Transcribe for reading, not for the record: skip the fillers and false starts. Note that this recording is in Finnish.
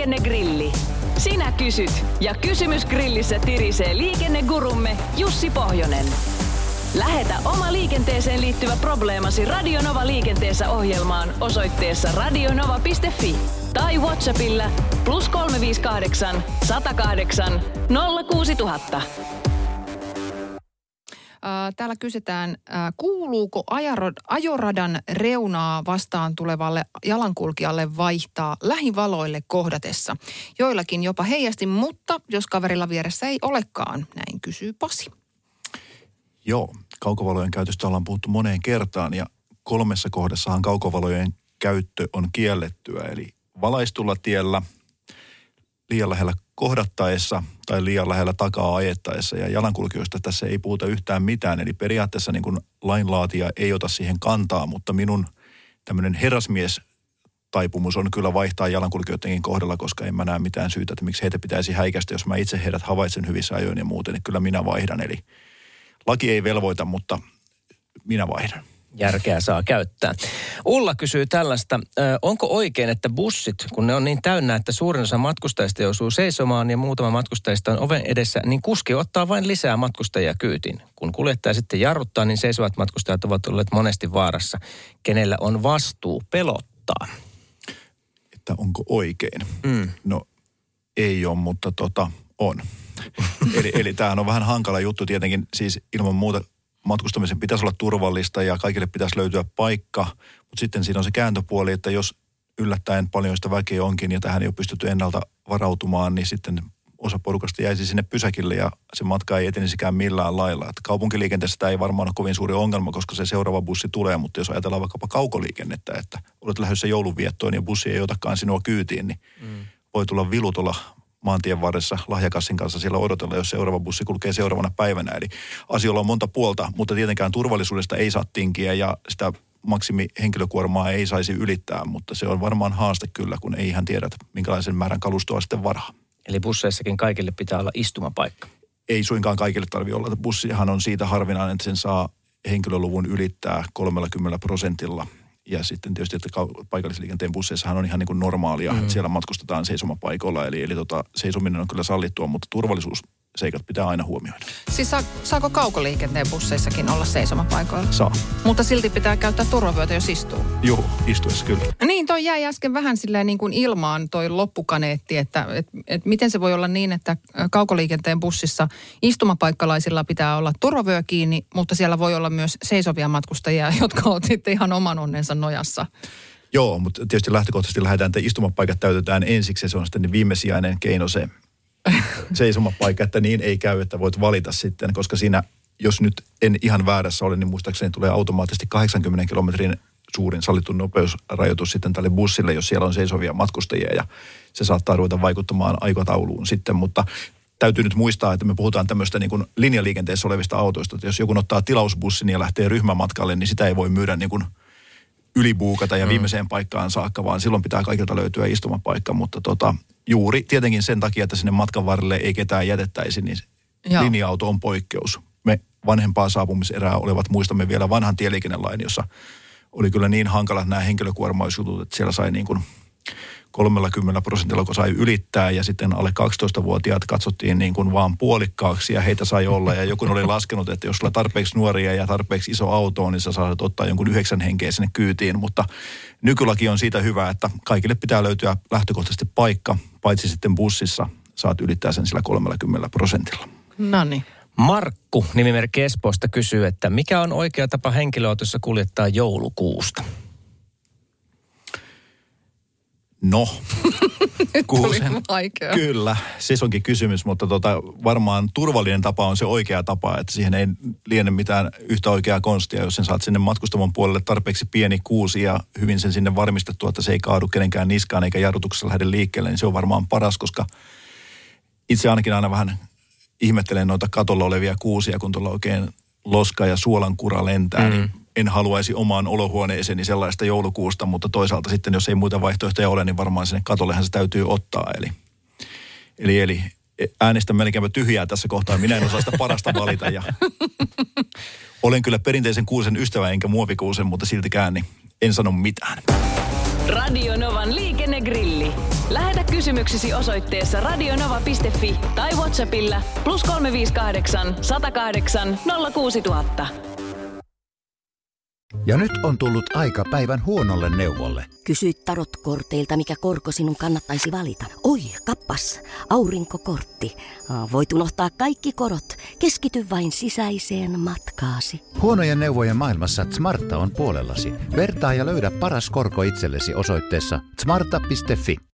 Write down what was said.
Liikennegrilli. Sinä kysyt ja kysymys grillissä tirisee liikennegurumme Jussi Pohjonen. Lähetä oma liikenteeseen liittyvä probleemasi Radio Nova liikenteessä ohjelmaan osoitteessa radionova.fi tai WhatsAppilla +358 108 06000. Täällä kysytään, kuuluuko ajoradan reunaa vastaan tulevalle jalankulkijalle vaihtaa lähivaloille kohdatessa? Joillakin jopa heijasti, mutta jos kaverilla vieressä ei olekaan, näin kysyy Pasi. Joo, kaukovalojen käytöstä ollaan puhuttu moneen kertaan ja 3 kohdassahan kaukovalojen käyttö on kiellettyä. Eli valaistulla tiellä, liian lähellä kohdattaessa tai liian lähellä takaa ajettaessa. Ja jalankulkijoista tässä ei puhuta yhtään mitään. Eli periaatteessa niin kuin lainlaatija ei ota siihen kantaa, mutta minun tämmöinen herrasmies-taipumus on kyllä vaihtaa jalankulkijoidenkin kohdalla, koska en mä näe mitään syytä, että miksi heitä pitäisi häikäistä, jos mä itse heidät havaitsen hyvissä ajoin ja muuten, niin kyllä minä vaihdan. Eli laki ei velvoita, mutta minä vaihdan. Järkeä saa käyttää. Ulla kysyy tällaista, onko oikein, että bussit, kun ne on niin täynnä, että suurin osa matkustajista joutuu seisomaan ja muutama matkustajista on oven edessä, niin kuski ottaa vain lisää matkustajia kyytiin. Kun kuljettaja sitten jarruttaa, niin seisovat matkustajat ovat olleet monesti vaarassa. Kenellä on vastuu pelottaa? Että onko oikein? No ei ole, mutta on. Eli tämähän on vähän hankala juttu tietenkin, siis ilman muuta matkustamisen pitäisi olla turvallista ja kaikille pitäisi löytyä paikka, mutta sitten siinä on se kääntöpuoli, että jos yllättäen paljon sitä väkeä onkin ja tähän ei ole pystytty ennalta varautumaan, niin sitten osa porukasta jäisi sinne pysäkille ja se matka ei etenisikään millään lailla. Että kaupunkiliikenteessä tämä ei varmaan ole kovin suuri ongelma, koska se seuraava bussi tulee, mutta jos ajatellaan vaikkapa kaukoliikennettä, että olet lähdössä joulunviettoon ja bussi ei otakaan sinua kyytiin, niin voi tulla vilu tuolla maantien varressa lahjakassin kanssa siellä odotella, jos seuraava bussi kulkee seuraavana päivänä. Eli asioilla on monta puolta, mutta tietenkään turvallisuudesta ei saa tinkiä ja sitä maksimihenkilökuormaa ei saisi ylittää, mutta se on varmaan haaste kyllä, kun ei ihan tiedä, minkälaisen määrän kalustoa sitten varaa. Eli busseissakin kaikille pitää olla istumapaikka? Ei suinkaan kaikille tarvitse olla. Bussihan on siitä harvinainen, että sen saa henkilöluvun ylittää 30%. Ja sitten tietysti, että paikallisliikenteen busseissahan on ihan niin kuin normaalia, että siellä matkustetaan seisomapaikoilla, eli seisominen on kyllä sallittua, mutta turvallisuusseikat pitää aina huomioida. Siis saako kaukoliikenteen busseissakin olla seisomapaikoilla? Saa. Mutta silti pitää käyttää turvavyötä, jos istuu? Joo, istuessa kyllä. Niin, toi jäi äsken vähän silleen niin kuin ilmaan toi loppukaneetti, että miten se voi olla niin, että kaukoliikenteen bussissa istumapaikkalaisilla pitää olla turvavyö kiinni, mutta siellä voi olla myös seisovia matkustajia, jotka ovat sitten ihan oman onnensa nojassa. Joo, mutta tietysti lähtökohtaisesti lähdetään, että istumapaikat täytetään ensiksi ja se on sitten viimesijainen keino se seisomapaikka, että niin ei käy, että voit valita sitten, koska siinä, jos nyt en ihan väärässä ole, niin muistaakseni tulee automaattisesti 80 kilometrin suurin sallittu nopeusrajoitus sitten tälle bussille, jos siellä on seisovia matkustajia ja se saattaa ruveta vaikuttamaan aikatauluun sitten, mutta täytyy nyt muistaa, että me puhutaan tämmöistä niin kuin linjaliikenteessä olevista autoista, että jos joku ottaa tilausbussin ja lähtee ryhmämatkalle, niin sitä ei voi myydä niin kuin ylibuukata ja viimeiseen paikkaan saakka, vaan silloin pitää kaikilta löytyä istumapaikka, mutta juuri tietenkin sen takia, että sinne matkan varrelle ei ketään jätettäisi, niin linja-auto on poikkeus. Me vanhempaa saapumiserää olevat muistamme vielä vanhan tieliikennelain, jossa oli kyllä niin hankalat nämä henkilökuormausjutut, että siellä sai niin kuin 30%, kun sai ylittää ja sitten alle 12-vuotiaat katsottiin niin kuin vaan puolikkaaksi ja heitä sai olla. Ja joku oli laskenut, että jos sulla tarpeeksi nuoria ja tarpeeksi iso auto, niin sä saat ottaa jonkun 9 henkeä sinne kyytiin. Mutta nykylaki on siitä hyvä, että kaikille pitää löytyä lähtökohtaisesti paikka, paitsi sitten bussissa saat ylittää sen sillä 30%. Noniin. Markku, nimimerkki Espoosta, kysyy, että mikä on oikea tapa henkilöautossa kuljettaa joulukuusta? No, kuusen. Vaikea. Kyllä, siis onkin kysymys, mutta varmaan turvallinen tapa on se oikea tapa, että siihen ei liene mitään yhtä oikeaa konstia, jos sen saat sinne matkustamon puolelle tarpeeksi pieni kuusi ja hyvin sen sinne varmistettua, että se ei kaadu kenenkään niskaan eikä jarrutuksessa lähde liikkeelle, niin se on varmaan paras, koska itse ainakin aina vähän ihmettelen noita katolla olevia kuusia, kun tuolla oikein loska ja suolankura lentää, niin en haluaisi omaan olohuoneeseeni sellaista joulukuusta, mutta toisaalta sitten, jos ei muita vaihtoehtoja ole, niin varmaan sinne katollehan se täytyy ottaa. Eli äänestän melkeinpä tyhjää tässä kohtaa. Minä en osaa sitä parasta valita. Ja olen kyllä perinteisen kuusen ystävä enkä muovikuusen, mutta siltikään niin en sano mitään. Radio Novan liikennegrilli. Lähetä kysymyksesi osoitteessa radionova.fi tai WhatsAppilla +358 108 06000. Ja nyt on tullut aika päivän huonolle neuvolle. Kysy tarotkorteilta, mikä korko sinun kannattaisi valita. Oi, kappas, aurinkokortti. Voit unohtaa kaikki korot. Keskity vain sisäiseen matkaasi. Huonojen neuvojen maailmassa Smarta on puolellasi. Vertaa ja löydä paras korko itsellesi osoitteessa smarta.fi.